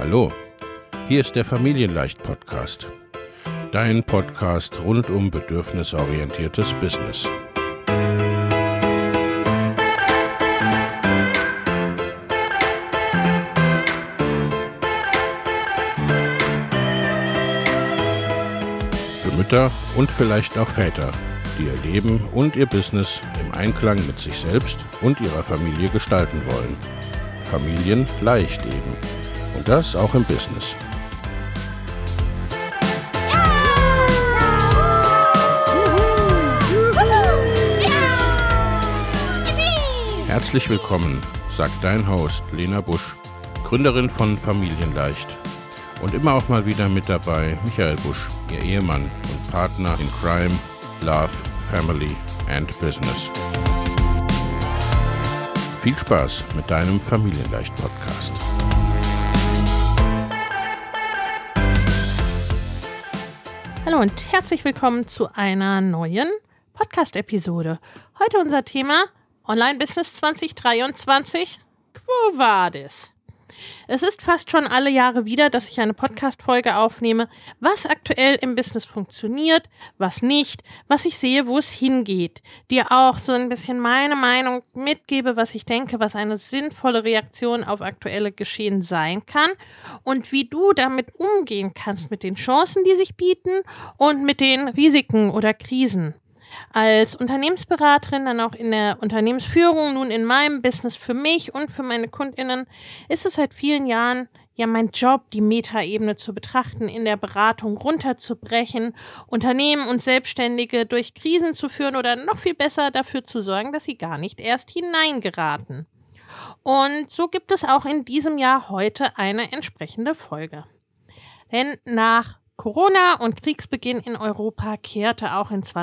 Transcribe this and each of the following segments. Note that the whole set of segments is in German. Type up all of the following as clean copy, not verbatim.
Hallo, hier ist der Familienleicht-Podcast. Dein Podcast rund um bedürfnisorientiertes Business. Für Mütter und vielleicht auch Väter, die ihr Leben und ihr Business im Einklang mit sich selbst und ihrer Familie gestalten wollen. Familien leicht eben. Und das auch im Business. Herzlich willkommen, sagt dein Host Lena Busch, Gründerin von Familienleicht. Und immer auch mal wieder mit dabei Michael Busch, ihr Ehemann und Partner in Crime, Love, Family and Business. Viel Spaß mit deinem Familienleicht-Podcast. Hallo und herzlich willkommen zu einer neuen Podcast-Episode. Heute unser Thema Online-Business 2023. Quo vadis? Es ist fast schon alle Jahre wieder, dass ich eine Podcast-Folge aufnehme, was aktuell im Business funktioniert, was nicht, was ich sehe, wo es hingeht. Dir auch so ein bisschen meine Meinung mitgebe, was ich denke, was eine sinnvolle Reaktion auf aktuelle Geschehen sein kann und wie du damit umgehen kannst mit den Chancen, die sich bieten und mit den Risiken oder Krisen. Als Unternehmensberaterin, dann auch in der Unternehmensführung, nun in meinem Business für mich und für meine KundInnen, ist es seit vielen Jahren ja mein Job, die Metaebene zu betrachten, in der Beratung runterzubrechen, Unternehmen und Selbstständige durch Krisen zu führen oder noch viel besser dafür zu sorgen, dass sie gar nicht erst hineingeraten. Und so gibt es auch in diesem Jahr heute eine entsprechende Folge. Denn nach Corona und Kriegsbeginn in Europa kehrte auch in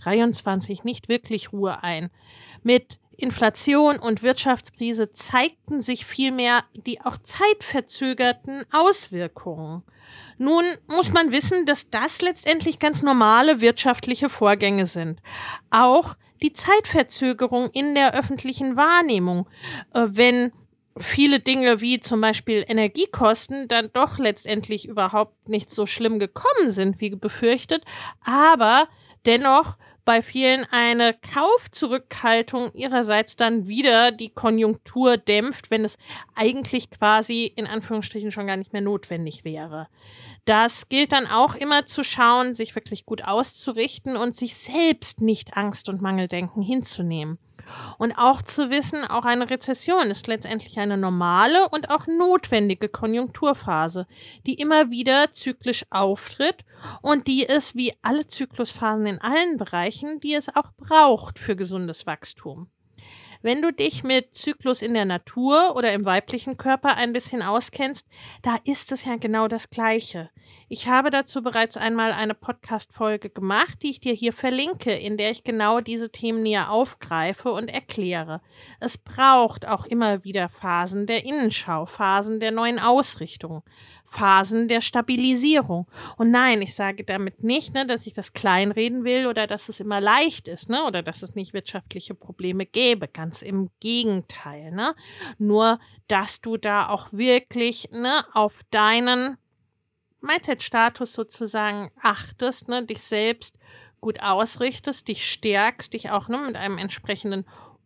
2023 nicht wirklich Ruhe ein. Mit Inflation und Wirtschaftskrise zeigten sich vielmehr die auch zeitverzögerten Auswirkungen. Nun muss man wissen, dass das letztendlich ganz normale wirtschaftliche Vorgänge sind. Auch die Zeitverzögerung in der öffentlichen Wahrnehmung, wenn viele Dinge wie zum Beispiel Energiekosten dann doch letztendlich überhaupt nicht so schlimm gekommen sind, wie befürchtet, aber dennoch bei vielen eine Kaufzurückhaltung ihrerseits dann wieder die Konjunktur dämpft, wenn es eigentlich quasi in Anführungsstrichen schon gar nicht mehr notwendig wäre. Das gilt dann auch immer zu schauen, sich wirklich gut auszurichten und sich selbst nicht Angst und Mangeldenken hinzunehmen. Und auch zu wissen, auch eine Rezession ist letztendlich eine normale und auch notwendige Konjunkturphase, die immer wieder zyklisch auftritt und die es wie alle Zyklusphasen in allen Bereichen, die es auch braucht für gesundes Wachstum. Wenn du dich mit Zyklus in der Natur oder im weiblichen Körper ein bisschen auskennst, da ist es ja genau das Gleiche. Ich habe dazu bereits einmal eine Podcast-Folge gemacht, die ich dir hier verlinke, in der ich genau diese Themen näher aufgreife und erkläre. Es braucht auch immer wieder Phasen der Innenschau, Phasen der neuen Ausrichtung, Phasen der Stabilisierung. Und nein, ich sage damit nicht, dass ich das kleinreden will oder dass es immer leicht ist, oder dass es nicht wirtschaftliche Probleme gäbe. Ganz im Gegenteil, Nur, dass du da auch wirklich, auf deinen Mindset-Status sozusagen achtest, dich selbst gut ausrichtest, dich stärkst, dich auch mit einem entsprechenden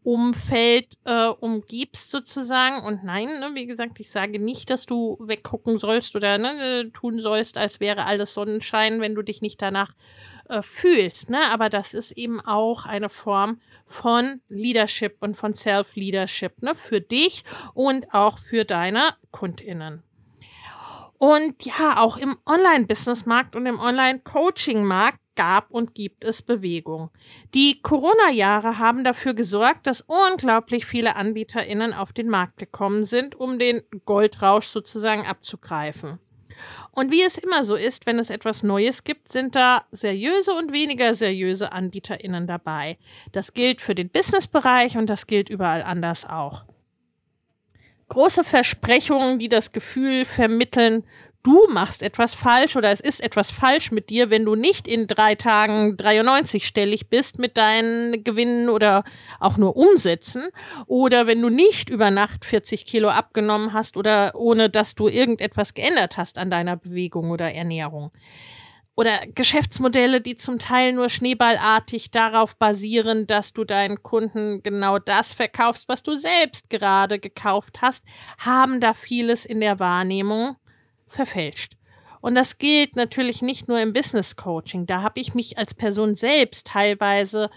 Umfeld umgibst sozusagen. Und nein, wie gesagt, ich sage nicht, dass du weggucken sollst oder tun sollst, als wäre alles Sonnenschein, wenn du dich nicht danach fühlst. Aber das ist eben auch eine Form von Leadership und von Self-Leadership, für dich und auch für deine KundInnen. Und ja, auch im Online-Business-Markt und im Online-Coaching-Markt gab und gibt es Bewegung. Die Corona-Jahre haben dafür gesorgt, dass unglaublich viele AnbieterInnen auf den Markt gekommen sind, um den Goldrausch sozusagen abzugreifen. Und wie es immer so ist, wenn es etwas Neues gibt, sind da seriöse und weniger seriöse AnbieterInnen dabei. Das gilt für den Business-Bereich und das gilt überall anders auch. Große Versprechungen, die das Gefühl vermitteln, du machst etwas falsch oder es ist etwas falsch mit dir, wenn du nicht in 3 Tagen 93-stellig bist mit deinen Gewinnen oder auch nur Umsätzen oder wenn du nicht über Nacht 40 Kilo abgenommen hast oder ohne dass du irgendetwas geändert hast an deiner Bewegung oder Ernährung. Oder Geschäftsmodelle, die zum Teil nur schneeballartig darauf basieren, dass du deinen Kunden genau das verkaufst, was du selbst gerade gekauft hast, haben da vieles in der Wahrnehmung verfälscht. Und das gilt natürlich nicht nur im Business Coaching. Da habe ich mich als Person selbst teilweise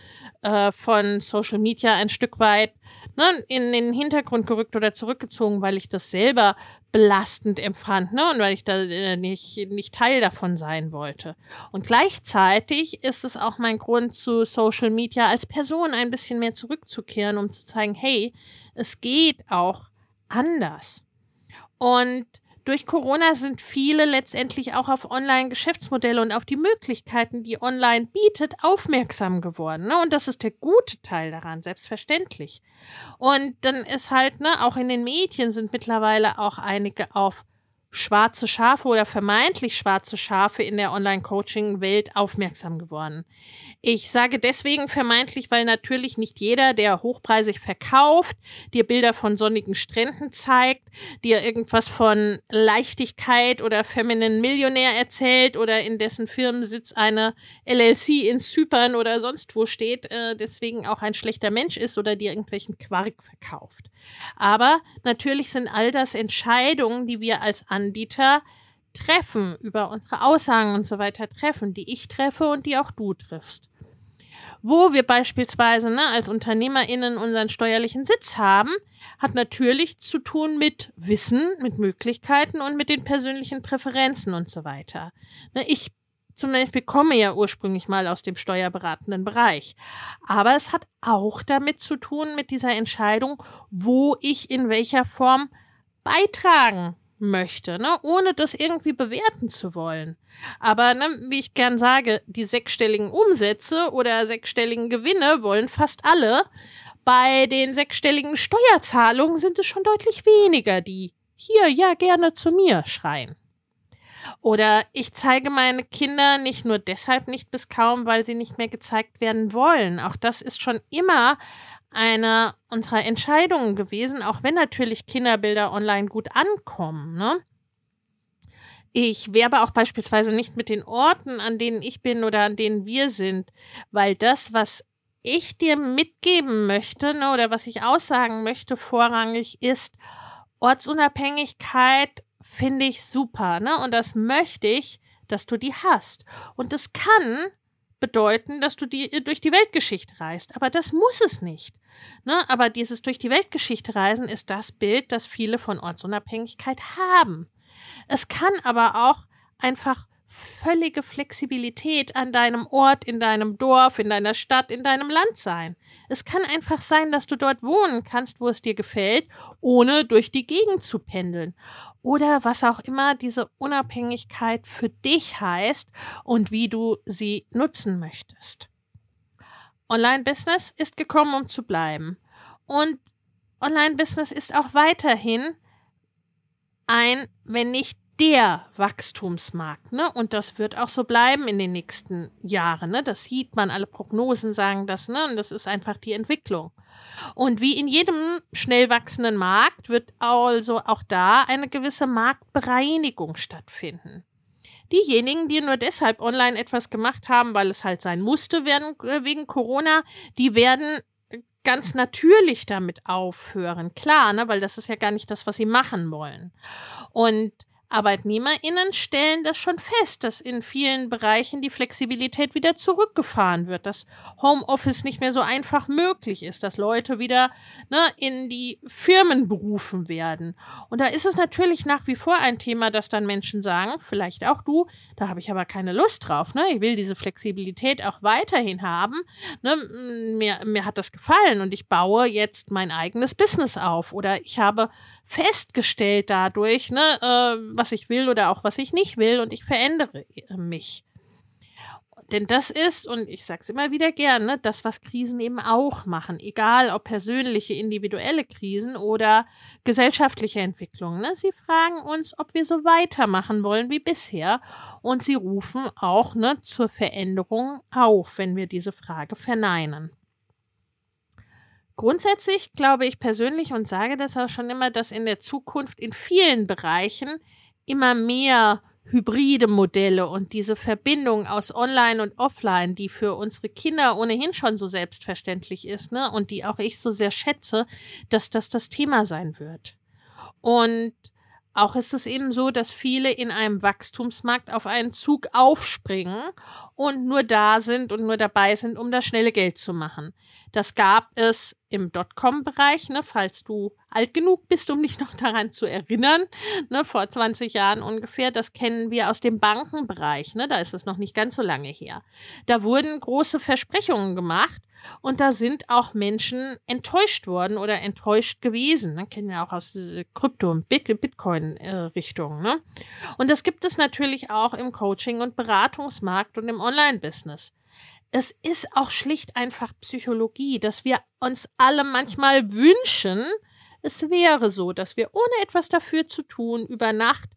von Social Media ein Stück weit in den Hintergrund gerückt oder zurückgezogen, weil ich das selber belastend empfand, und weil ich da nicht Teil davon sein wollte. Und gleichzeitig ist es auch mein Grund, zu Social Media als Person ein bisschen mehr zurückzukehren, um zu zeigen, hey, es geht auch anders. Und durch Corona sind viele letztendlich auch auf Online-Geschäftsmodelle und auf die Möglichkeiten, die online bietet, aufmerksam geworden. Und das ist der gute Teil daran, selbstverständlich. Und dann ist halt, auch in den Medien sind mittlerweile auch einige auf schwarze Schafe oder vermeintlich schwarze Schafe in der Online-Coaching-Welt aufmerksam geworden. Ich sage deswegen vermeintlich, weil natürlich nicht jeder, der hochpreisig verkauft, dir Bilder von sonnigen Stränden zeigt, dir irgendwas von Leichtigkeit oder Feminine Millionär erzählt oder in dessen Firmensitz eine LLC in Zypern oder sonst wo steht, deswegen auch ein schlechter Mensch ist oder dir irgendwelchen Quark verkauft. Aber natürlich sind all das Entscheidungen, die wir als Anbieter treffen, über unsere Aussagen und so weiter treffen, die ich treffe und die auch du triffst. Wo wir beispielsweise als UnternehmerInnen unseren steuerlichen Sitz haben, hat natürlich zu tun mit Wissen, mit Möglichkeiten und mit den persönlichen Präferenzen und so weiter. Ich zum Beispiel komme ja ursprünglich mal aus dem steuerberatenden Bereich. Aber es hat auch damit zu tun, mit dieser Entscheidung, wo ich in welcher Form beitragen möchte, ohne das irgendwie bewerten zu wollen. Aber wie ich gern sage, die 6-stelligen Umsätze oder 6-stelligen Gewinne wollen fast alle. Bei den 6-stelligen Steuerzahlungen sind es schon deutlich weniger, die hier ja gerne zu mir schreien. Oder ich zeige meine Kinder nicht nur deshalb nicht bis kaum, weil sie nicht mehr gezeigt werden wollen. Auch das ist schon immer eine unserer Entscheidungen gewesen, auch wenn natürlich Kinderbilder online gut ankommen. Ich werbe auch beispielsweise nicht mit den Orten, an denen ich bin oder an denen wir sind, weil das, was ich dir mitgeben möchte, oder was ich aussagen möchte, vorrangig ist, Ortsunabhängigkeit finde ich super, und das möchte ich, dass du die hast. Und das kann bedeuten, dass du durch die Weltgeschichte reist, aber das muss es nicht. Aber dieses durch die Weltgeschichte reisen ist das Bild, das viele von Ortsunabhängigkeit haben. Es kann aber auch einfach völlige Flexibilität an deinem Ort, in deinem Dorf, in deiner Stadt, in deinem Land sein. Es kann einfach sein, dass du dort wohnen kannst, wo es dir gefällt, ohne durch die Gegend zu pendeln. Oder was auch immer diese Unabhängigkeit für dich heißt und wie du sie nutzen möchtest. Online-Business ist gekommen, um zu bleiben. Und Online-Business ist auch weiterhin wenn nicht der Wachstumsmarkt, und das wird auch so bleiben in den nächsten Jahren, das sieht man, alle Prognosen sagen das, und das ist einfach die Entwicklung. Und wie in jedem schnell wachsenden Markt wird also auch da eine gewisse Marktbereinigung stattfinden. Diejenigen, die nur deshalb online etwas gemacht haben, weil es halt sein musste wegen Corona, die werden ganz natürlich damit aufhören. Klar, weil das ist ja gar nicht das, was sie machen wollen. Und ArbeitnehmerInnen stellen das schon fest, dass in vielen Bereichen die Flexibilität wieder zurückgefahren wird, dass Homeoffice nicht mehr so einfach möglich ist, dass Leute wieder in die Firmen berufen werden. Und da ist es natürlich nach wie vor ein Thema, dass dann Menschen sagen, vielleicht auch du, da habe ich aber keine Lust drauf, ich will diese Flexibilität auch weiterhin haben, mir hat das gefallen und ich baue jetzt mein eigenes Business auf oder ich habe festgestellt dadurch, was ich will oder auch was ich nicht will und ich verändere mich. Denn das ist, und ich sage es immer wieder gerne, das, was Krisen eben auch machen. Egal, ob persönliche, individuelle Krisen oder gesellschaftliche Entwicklungen. Ne? Sie fragen uns, ob wir so weitermachen wollen wie bisher. Und sie rufen auch zur Veränderung auf, wenn wir diese Frage verneinen. Grundsätzlich glaube ich persönlich und sage das auch schon immer, dass in der Zukunft in vielen Bereichen immer mehr hybride Modelle und diese Verbindung aus Online und Offline, die für unsere Kinder ohnehin schon so selbstverständlich ist, und die auch ich so sehr schätze, dass das Thema sein wird. Und auch ist es eben so, dass viele in einem Wachstumsmarkt auf einen Zug aufspringen und nur da sind und nur dabei sind, um das schnelle Geld zu machen. Das gab es im Dotcom-Bereich, falls du alt genug bist, um dich noch daran zu erinnern, vor 20 Jahren ungefähr. Das kennen wir aus dem Bankenbereich, da ist es noch nicht ganz so lange her. Da wurden große Versprechungen gemacht. Und da sind auch Menschen enttäuscht worden oder enttäuscht gewesen. Kennen wir auch aus Krypto- und Bitcoin-Richtung. Und das gibt es natürlich auch im Coaching- und Beratungsmarkt und im Online-Business. Es ist auch schlicht einfach Psychologie, dass wir uns alle manchmal wünschen, es wäre so, dass wir ohne etwas dafür zu tun über Nacht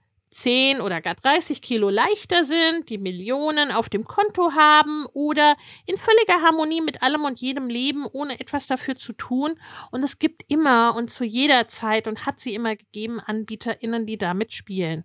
10 oder gar 30 Kilo leichter sind, die Millionen auf dem Konto haben oder in völliger Harmonie mit allem und jedem leben, ohne etwas dafür zu tun. Und es gibt immer und zu jeder Zeit und hat sie immer gegeben AnbieterInnen, die damit spielen.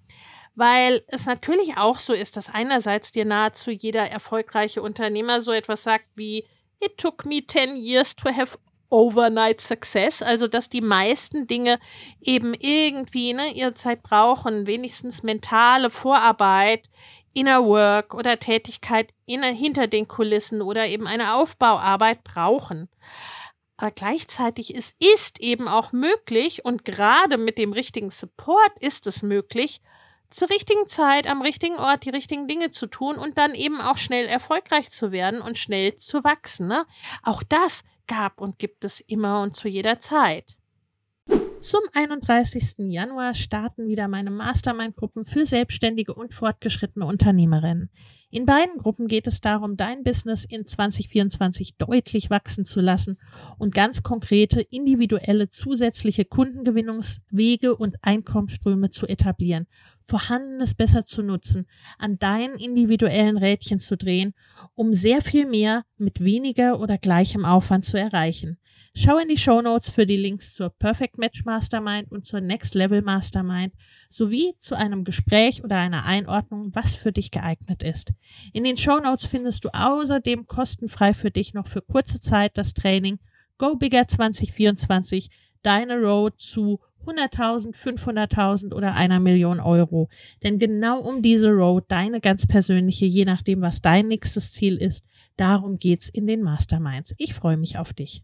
Weil es natürlich auch so ist, dass einerseits dir nahezu jeder erfolgreiche Unternehmer so etwas sagt wie "It took me 10 years to have Overnight Success", also dass die meisten Dinge eben irgendwie ihre Zeit brauchen, wenigstens mentale Vorarbeit, Inner Work oder Tätigkeit hinter den Kulissen oder eben eine Aufbauarbeit brauchen. Aber gleichzeitig ist eben auch möglich und gerade mit dem richtigen Support ist es möglich, zur richtigen Zeit, am richtigen Ort die richtigen Dinge zu tun und dann eben auch schnell erfolgreich zu werden und schnell zu wachsen. Auch das gab und gibt es immer und zu jeder Zeit. Zum 31. Januar starten wieder meine Mastermind-Gruppen für selbstständige und fortgeschrittene Unternehmerinnen. In beiden Gruppen geht es darum, dein Business in 2024 deutlich wachsen zu lassen und ganz konkrete, individuelle, zusätzliche Kundengewinnungswege und Einkommensströme zu etablieren, Vorhandenes besser zu nutzen, an deinen individuellen Rädchen zu drehen, um sehr viel mehr mit weniger oder gleichem Aufwand zu erreichen. Schau in die Shownotes für die Links zur Perfect Match Mastermind und zur Next Level Mastermind sowie zu einem Gespräch oder einer Einordnung, was für dich geeignet ist. In den Shownotes findest du außerdem kostenfrei für dich noch für kurze Zeit das Training Go Bigger 2024, deine Road zu 100.000, 500.000 oder 1 Million Euro. Denn genau um diese Road, deine ganz persönliche, je nachdem, was dein nächstes Ziel ist, darum geht's in den Masterminds. Ich freue mich auf dich.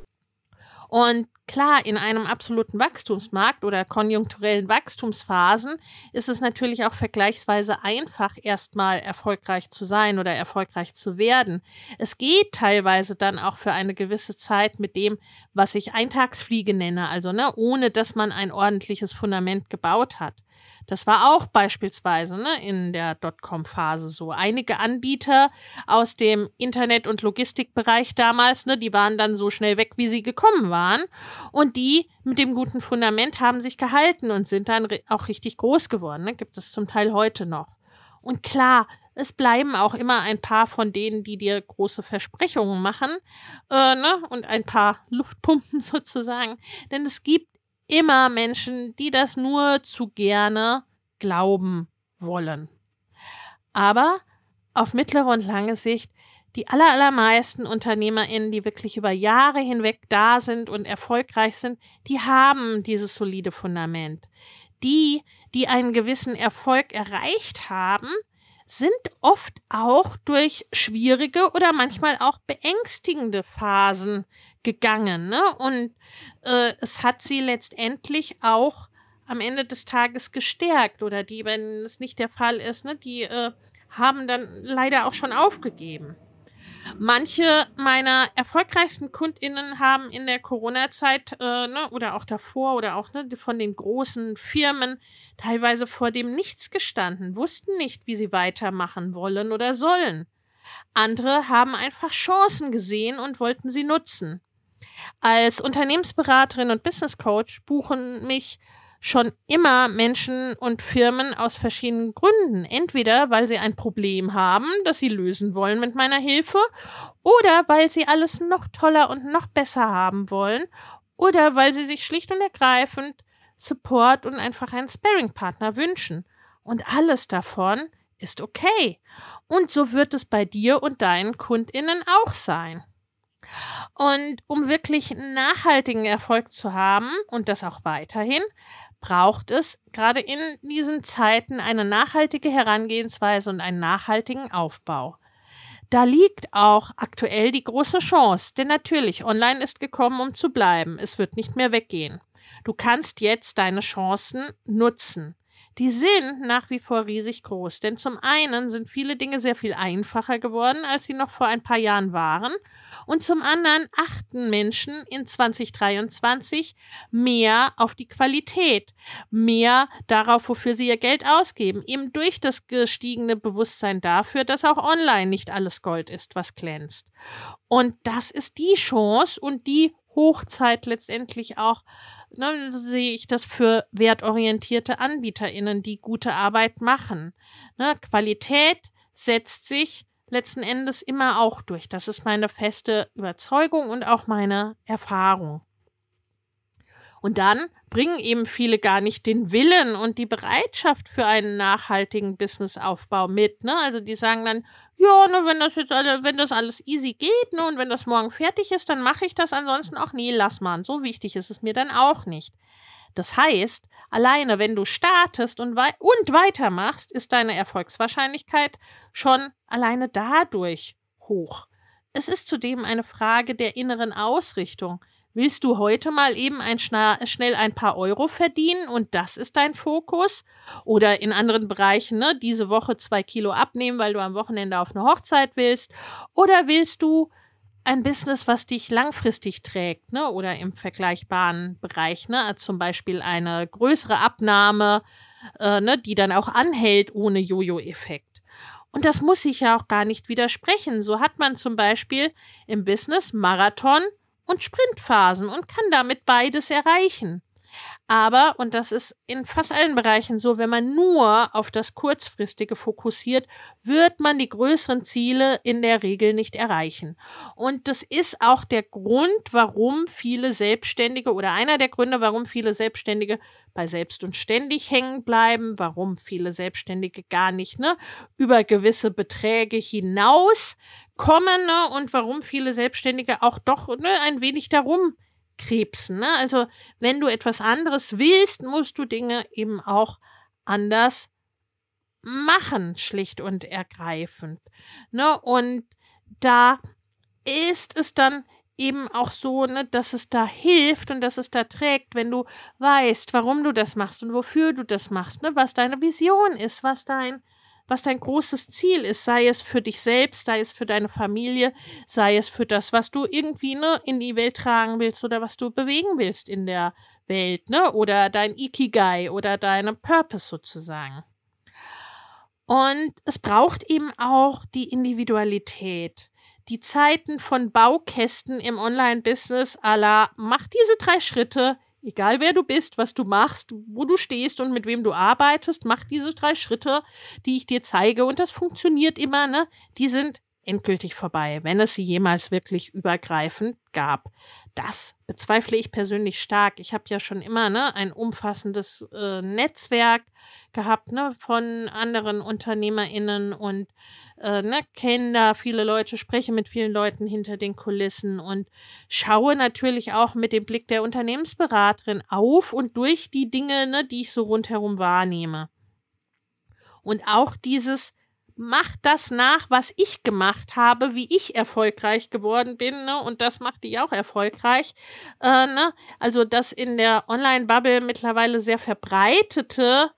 Und klar, in einem absoluten Wachstumsmarkt oder konjunkturellen Wachstumsphasen ist es natürlich auch vergleichsweise einfach, erstmal erfolgreich zu sein oder erfolgreich zu werden. Es geht teilweise dann auch für eine gewisse Zeit mit dem, was ich Eintagsfliege nenne, also ohne dass man ein ordentliches Fundament gebaut hat. Das war auch beispielsweise in der Dotcom-Phase so. Einige Anbieter aus dem Internet- und Logistikbereich damals, die waren dann so schnell weg, wie sie gekommen waren. Und die mit dem guten Fundament haben sich gehalten und sind dann auch richtig groß geworden. Gibt es zum Teil heute noch. Und klar, es bleiben auch immer ein paar von denen, die dir große Versprechungen machen und ein paar Luftpumpen sozusagen. Denn es gibt immer Menschen, die das nur zu gerne glauben wollen. Aber auf mittlere und lange Sicht, die allermeisten UnternehmerInnen, die wirklich über Jahre hinweg da sind und erfolgreich sind, die haben dieses solide Fundament. Die einen gewissen Erfolg erreicht haben, sind oft auch durch schwierige oder manchmal auch beängstigende Phasen gegangen. Und es hat sie letztendlich auch am Ende des Tages gestärkt. Oder die, wenn es nicht der Fall ist, die haben dann leider auch schon aufgegeben. Manche meiner erfolgreichsten KundInnen haben in der Corona-Zeit oder auch davor oder auch von den großen Firmen teilweise vor dem Nichts gestanden, wussten nicht, wie sie weitermachen wollen oder sollen. Andere haben einfach Chancen gesehen und wollten sie nutzen. Als Unternehmensberaterin und Business Coach buchen mich schon immer Menschen und Firmen aus verschiedenen Gründen. Entweder, weil sie ein Problem haben, das sie lösen wollen mit meiner Hilfe, oder weil sie alles noch toller und noch besser haben wollen, oder weil sie sich schlicht und ergreifend Support und einfach einen Sparring-Partner wünschen. Und alles davon ist okay. Und so wird es bei dir und deinen KundInnen auch sein. Und um wirklich nachhaltigen Erfolg zu haben und das auch weiterhin, braucht es gerade in diesen Zeiten eine nachhaltige Herangehensweise und einen nachhaltigen Aufbau. Da liegt auch aktuell die große Chance, denn natürlich, online ist gekommen, um zu bleiben. Es wird nicht mehr weggehen. Du kannst jetzt deine Chancen nutzen. Die sind nach wie vor riesig groß, denn zum einen sind viele Dinge sehr viel einfacher geworden, als sie noch vor ein paar Jahren waren, und zum anderen achten Menschen in 2023 mehr auf die Qualität, mehr darauf, wofür sie ihr Geld ausgeben, eben durch das gestiegene Bewusstsein dafür, dass auch online nicht alles Gold ist, was glänzt. Und das ist die Chance und die Hochzeit letztendlich auch, sehe ich das für wertorientierte AnbieterInnen, die gute Arbeit machen. Qualität setzt sich letzten Endes immer auch durch. Das ist meine feste Überzeugung und auch meine Erfahrung. Und dann bringen eben viele gar nicht den Willen und die Bereitschaft für einen nachhaltigen Businessaufbau mit. Also die sagen dann, ja, wenn das alles easy geht, und wenn das morgen fertig ist, dann mache ich das, ansonsten auch nee, lass mal. So wichtig ist es mir dann auch nicht. Das heißt, alleine wenn du startest und weitermachst, ist deine Erfolgswahrscheinlichkeit schon alleine dadurch hoch. Es ist zudem eine Frage der inneren Ausrichtung. Willst du heute mal eben schnell ein paar Euro verdienen und das ist dein Fokus? Oder in anderen Bereichen, diese Woche 2 Kilo abnehmen, weil du am Wochenende auf eine Hochzeit willst? Oder willst du ein Business, was dich langfristig trägt, oder im vergleichbaren Bereich, als zum Beispiel eine größere Abnahme, die dann auch anhält ohne Jojo-Effekt? Und das muss sich ja auch gar nicht widersprechen. So hat man zum Beispiel im Business Marathon und Sprintphasen und kann damit beides erreichen. Aber, und das ist in fast allen Bereichen so, wenn man nur auf das Kurzfristige fokussiert, wird man die größeren Ziele in der Regel nicht erreichen. Und das ist auch der Grund, warum viele Selbstständige oder einer der Gründe, warum viele Selbstständige bei Selbst und Ständig hängen bleiben, warum viele Selbstständige gar nicht über gewisse Beträge hinaus kommen und warum viele Selbstständige auch doch ein wenig darum krebsen. Also wenn du etwas anderes willst, musst du Dinge eben auch anders machen, schlicht und ergreifend. Und da ist es dann eben auch so, dass es da hilft und dass es da trägt, wenn du weißt, warum du das machst und wofür du das machst, was deine Vision ist, was dein großes Ziel ist, sei es für dich selbst, sei es für deine Familie, sei es für das, was du irgendwie in die Welt tragen willst oder was du bewegen willst in der Welt, oder dein Ikigai oder deine Purpose sozusagen. Und es braucht eben auch die Individualität. Die Zeiten von Baukästen im Online-Business à la mach diese 3 Schritte, egal wer du bist, was du machst, wo du stehst und mit wem du arbeitest, mach diese 3 Schritte, die ich dir zeige und das funktioniert immer, die sind endgültig vorbei, wenn es sie jemals wirklich übergreifend gab. Das bezweifle ich persönlich stark. Ich habe ja schon immer ein umfassendes Netzwerk gehabt von anderen UnternehmerInnen und kenne da viele Leute, spreche mit vielen Leuten hinter den Kulissen und schaue natürlich auch mit dem Blick der Unternehmensberaterin auf und durch die Dinge, die ich so rundherum wahrnehme. Und auch dieses mach das nach, was ich gemacht habe, wie ich erfolgreich geworden bin, und das macht dich auch erfolgreich. Also das in der Online-Bubble mittlerweile sehr verbreitete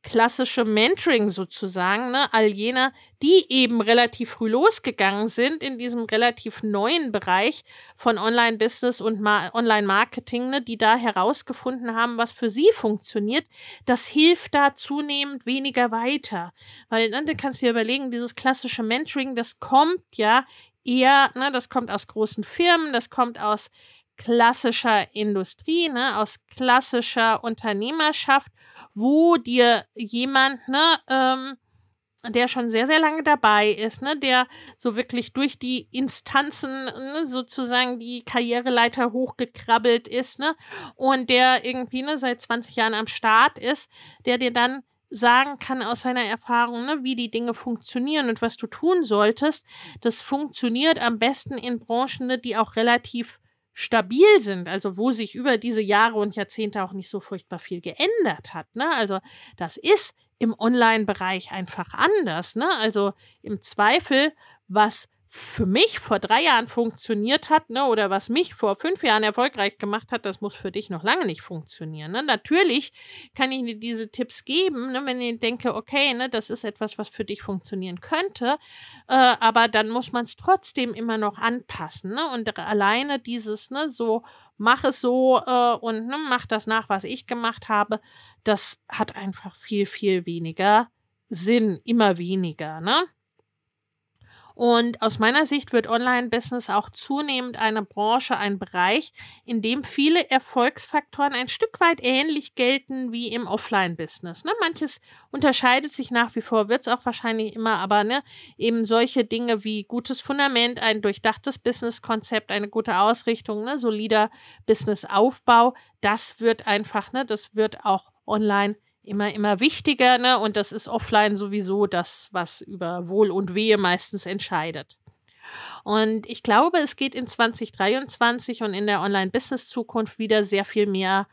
klassische Mentoring sozusagen, ne? All jener, die eben relativ früh losgegangen sind in diesem relativ neuen Bereich von Online-Business und Online-Marketing, ne? Die da herausgefunden haben, was für sie funktioniert, das hilft da zunehmend weniger weiter. Weil, ne, du kannst dir überlegen, dieses klassische Mentoring, das kommt ja eher, ne, das kommt aus großen Firmen, das kommt aus klassischer Industrie, ne, aus klassischer Unternehmerschaft, wo dir jemand, ne, der schon sehr, sehr lange dabei ist, ne, der so wirklich durch die Instanzen, ne, sozusagen die Karriereleiter hochgekrabbelt ist, ne, und der irgendwie, ne, seit 20 Jahren am Start ist, der dir dann sagen kann aus seiner Erfahrung, ne, wie die Dinge funktionieren und was du tun solltest. Das funktioniert am besten in Branchen, ne, die auch relativ stabil sind, also wo sich über diese Jahre und Jahrzehnte auch nicht so furchtbar viel geändert hat, ne? Also das ist im Online-Bereich einfach anders, ne? Also im Zweifel, was für mich vor 3 Jahren funktioniert hat, ne, oder was mich vor 5 Jahren erfolgreich gemacht hat, das muss für dich noch lange nicht funktionieren, ne? Natürlich kann ich dir diese Tipps geben, ne, wenn ich denke, okay, ne, das ist etwas, was für dich funktionieren könnte, aber dann muss man es trotzdem immer noch anpassen, ne? Und alleine dieses, ne, so mach es so und ne, mach das nach, was ich gemacht habe, das hat einfach viel, viel weniger Sinn, immer weniger, ne? Und aus meiner Sicht wird Online-Business auch zunehmend eine Branche, ein Bereich, in dem viele Erfolgsfaktoren ein Stück weit ähnlich gelten wie im Offline-Business. Ne? Manches unterscheidet sich nach wie vor, wird es auch wahrscheinlich immer, aber ne, eben solche Dinge wie gutes Fundament, ein durchdachtes Business-Konzept, eine gute Ausrichtung, ne, solider Business-Aufbau, das wird einfach, ne, das wird auch online immer wichtiger, ne? Und das ist offline sowieso das, was über Wohl und Wehe meistens entscheidet. Und ich glaube, es geht in 2023 und in der Online-Business-Zukunft wieder sehr viel mehr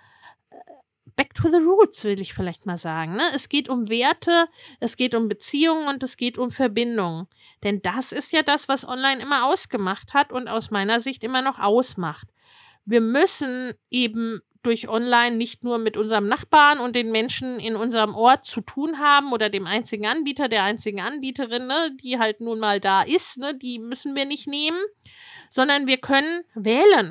back to the roots, will ich vielleicht mal sagen, ne? Es geht um Werte, es geht um Beziehungen und es geht um Verbindungen. Denn das ist ja das, was online immer ausgemacht hat und aus meiner Sicht immer noch ausmacht. Wir müssen eben durch Online nicht nur mit unserem Nachbarn und den Menschen in unserem Ort zu tun haben oder dem einzigen Anbieter, der einzigen Anbieterin, ne, die halt nun mal da ist, ne, die müssen wir nicht nehmen, sondern wir können wählen.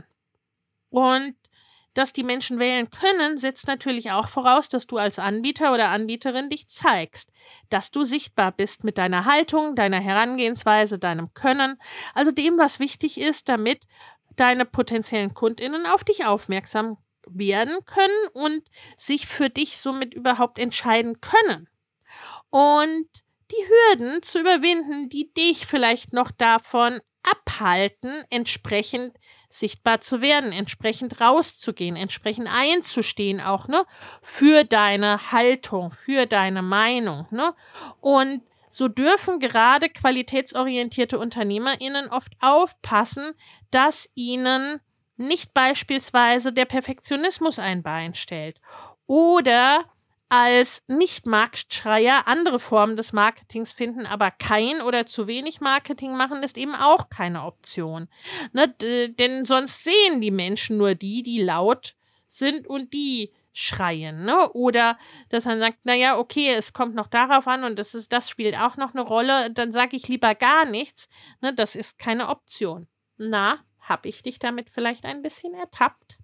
Und dass die Menschen wählen können, setzt natürlich auch voraus, dass du als Anbieter oder Anbieterin dich zeigst, dass du sichtbar bist mit deiner Haltung, deiner Herangehensweise, deinem Können, also dem, was wichtig ist, damit deine potenziellen KundInnen auf dich aufmerksam werden können und sich für dich somit überhaupt entscheiden können. Und die Hürden zu überwinden, die dich vielleicht noch davon abhalten, entsprechend sichtbar zu werden, entsprechend rauszugehen, entsprechend einzustehen auch, ne, für deine Haltung, für deine Meinung, ne? Und so dürfen gerade qualitätsorientierte UnternehmerInnen oft aufpassen, dass ihnen nicht beispielsweise der Perfektionismus ein Bein stellt oder als Nicht-Marktschreier andere Formen des Marketings finden, aber kein oder zu wenig Marketing machen, ist eben auch keine Option. Ne? Denn sonst sehen die Menschen nur die laut sind und die schreien, ne? Oder dass man sagt, naja, okay, es kommt noch darauf an und das spielt auch noch eine Rolle, dann sage ich lieber gar nichts, ne? Das ist keine Option. Na, habe ich dich damit vielleicht ein bisschen ertappt?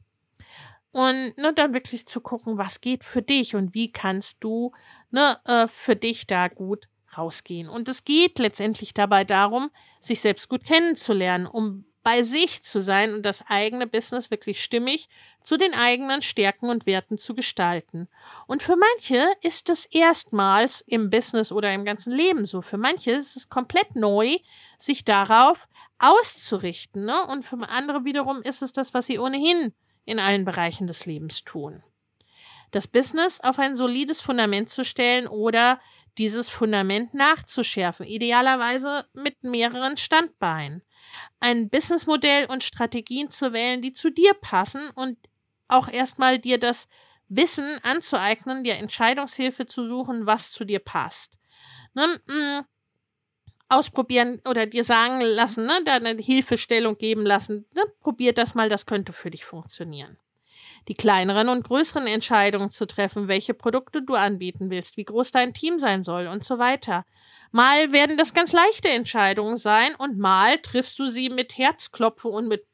Und ne, dann wirklich zu gucken, was geht für dich und wie kannst du ne, für dich da gut rausgehen. Und es geht letztendlich dabei darum, sich selbst gut kennenzulernen, um bei sich zu sein und das eigene Business wirklich stimmig zu den eigenen Stärken und Werten zu gestalten. Und für manche ist es erstmals im Business oder im ganzen Leben so. Für manche ist es komplett neu, sich darauf auszurichten. Ne? Und für andere wiederum ist es das, was sie ohnehin in allen Bereichen des Lebens tun. Das Business auf ein solides Fundament zu stellen oder dieses Fundament nachzuschärfen, idealerweise mit mehreren Standbeinen. Ein Businessmodell und Strategien zu wählen, die zu dir passen und auch erstmal dir das Wissen anzueignen, dir Entscheidungshilfe zu suchen, was zu dir passt. Ne? Ausprobieren oder dir sagen lassen, ne, da eine Hilfestellung geben lassen, ne, probier das mal, das könnte für dich funktionieren. die kleineren und größeren Entscheidungen zu treffen, welche Produkte du anbieten willst, wie groß dein Team sein soll und so weiter. Mal werden das ganz leichte Entscheidungen sein und mal triffst du sie mit Herzklopfen und mit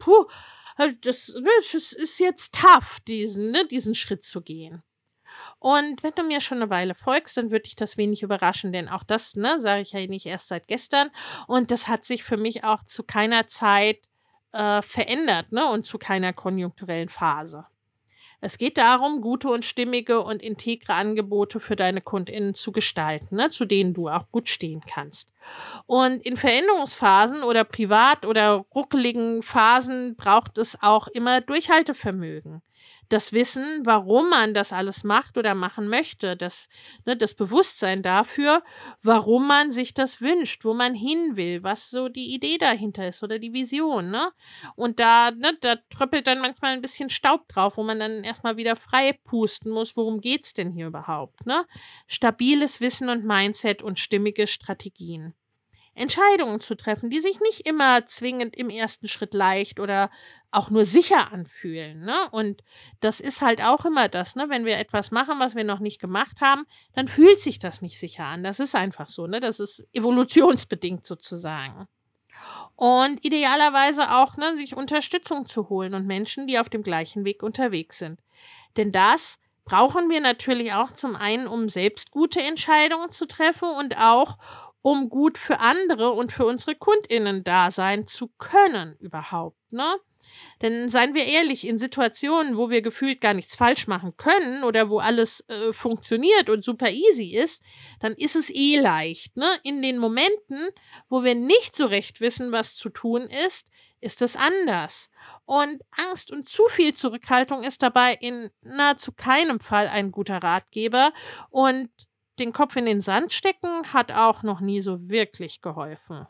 das ist jetzt tough, diesen Schritt zu gehen. Und wenn du mir schon eine Weile folgst, dann würde dich das wenig überraschen, denn auch das, sage ich ja nicht erst seit gestern. Und das hat sich für mich auch zu keiner Zeit verändert, und zu keiner konjunkturellen Phase. Es geht darum, gute und stimmige und integre Angebote für deine KundInnen zu gestalten, zu denen du auch gut stehen kannst. Und in Veränderungsphasen oder privat oder ruckeligen Phasen braucht es auch immer Durchhaltevermögen. Das Wissen, warum man das alles macht oder machen möchte, das Bewusstsein dafür, warum man sich das wünscht, wo man hin will, was so die Idee dahinter ist oder die Vision, Und da tröppelt dann manchmal ein bisschen Staub drauf, wo man dann erstmal wieder frei pusten muss, worum geht's denn hier überhaupt, Stabiles Wissen und Mindset und stimmige Strategien. Entscheidungen zu treffen, die sich nicht immer zwingend im ersten Schritt leicht oder auch nur sicher anfühlen, Und das ist halt auch immer das, wenn wir etwas machen, was wir noch nicht gemacht haben, dann fühlt sich das nicht sicher an. Das ist einfach so, Das ist evolutionsbedingt sozusagen. Und idealerweise auch, sich Unterstützung zu holen und Menschen, die auf dem gleichen Weg unterwegs sind. Denn das brauchen wir natürlich auch zum einen, um selbst gute Entscheidungen zu treffen und auch um gut für andere und für unsere KundInnen da sein zu können überhaupt, Denn seien wir ehrlich, in Situationen, wo wir gefühlt gar nichts falsch machen können oder wo alles funktioniert und super easy ist, dann ist es leicht, In den Momenten, wo wir nicht so recht wissen, was zu tun ist es anders. Und Angst und zu viel Zurückhaltung ist dabei in nahezu keinem Fall ein guter Ratgeber und den Kopf in den Sand stecken hat auch noch nie so wirklich geholfen.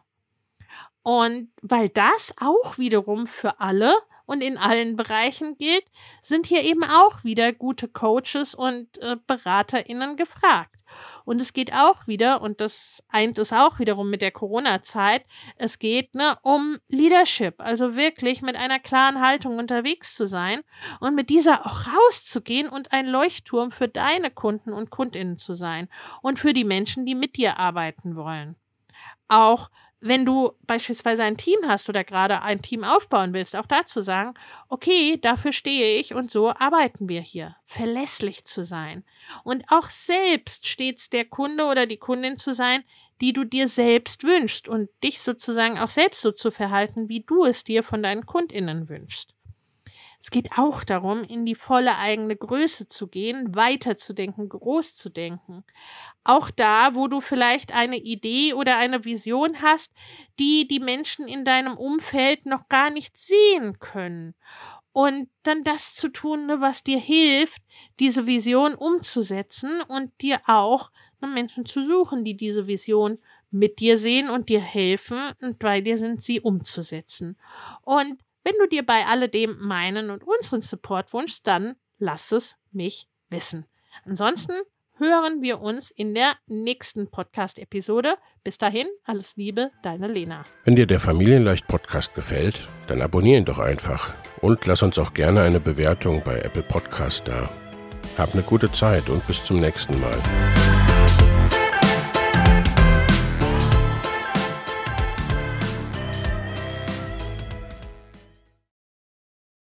Und weil das auch wiederum für alle und in allen Bereichen gilt, sind hier eben auch wieder gute Coaches und BeraterInnen gefragt. Und es geht auch wieder, und das eint es auch wiederum mit der Corona-Zeit, es geht um Leadership, also wirklich mit einer klaren Haltung unterwegs zu sein und mit dieser auch rauszugehen und ein Leuchtturm für deine Kunden und KundInnen zu sein und für die Menschen, die mit dir arbeiten wollen. Auch wenn du beispielsweise ein Team hast oder gerade ein Team aufbauen willst, auch dazu sagen, okay, dafür stehe ich und so arbeiten wir hier. Verlässlich zu sein. Und auch selbst stets der Kunde oder die Kundin zu sein, die du dir selbst wünschst und dich sozusagen auch selbst so zu verhalten, wie du es dir von deinen KundInnen wünschst. Es geht auch darum, in die volle eigene Größe zu gehen, weiterzudenken, groß zu denken. Auch da, wo du vielleicht eine Idee oder eine Vision hast, die die Menschen in deinem Umfeld noch gar nicht sehen können. Und dann das zu tun, was dir hilft, diese Vision umzusetzen und dir auch Menschen zu suchen, die diese Vision mit dir sehen und dir helfen und bei dir sind, sie umzusetzen. Und wenn du dir bei alledem meinen und unseren Support wünschst, dann lass es mich wissen. Ansonsten hören wir uns in der nächsten Podcast-Episode. Bis dahin, alles Liebe, deine Lena. Wenn dir der Familienleicht-Podcast gefällt, dann abonnier ihn doch einfach und lass uns auch gerne eine Bewertung bei Apple Podcast da. Hab eine gute Zeit und bis zum nächsten Mal.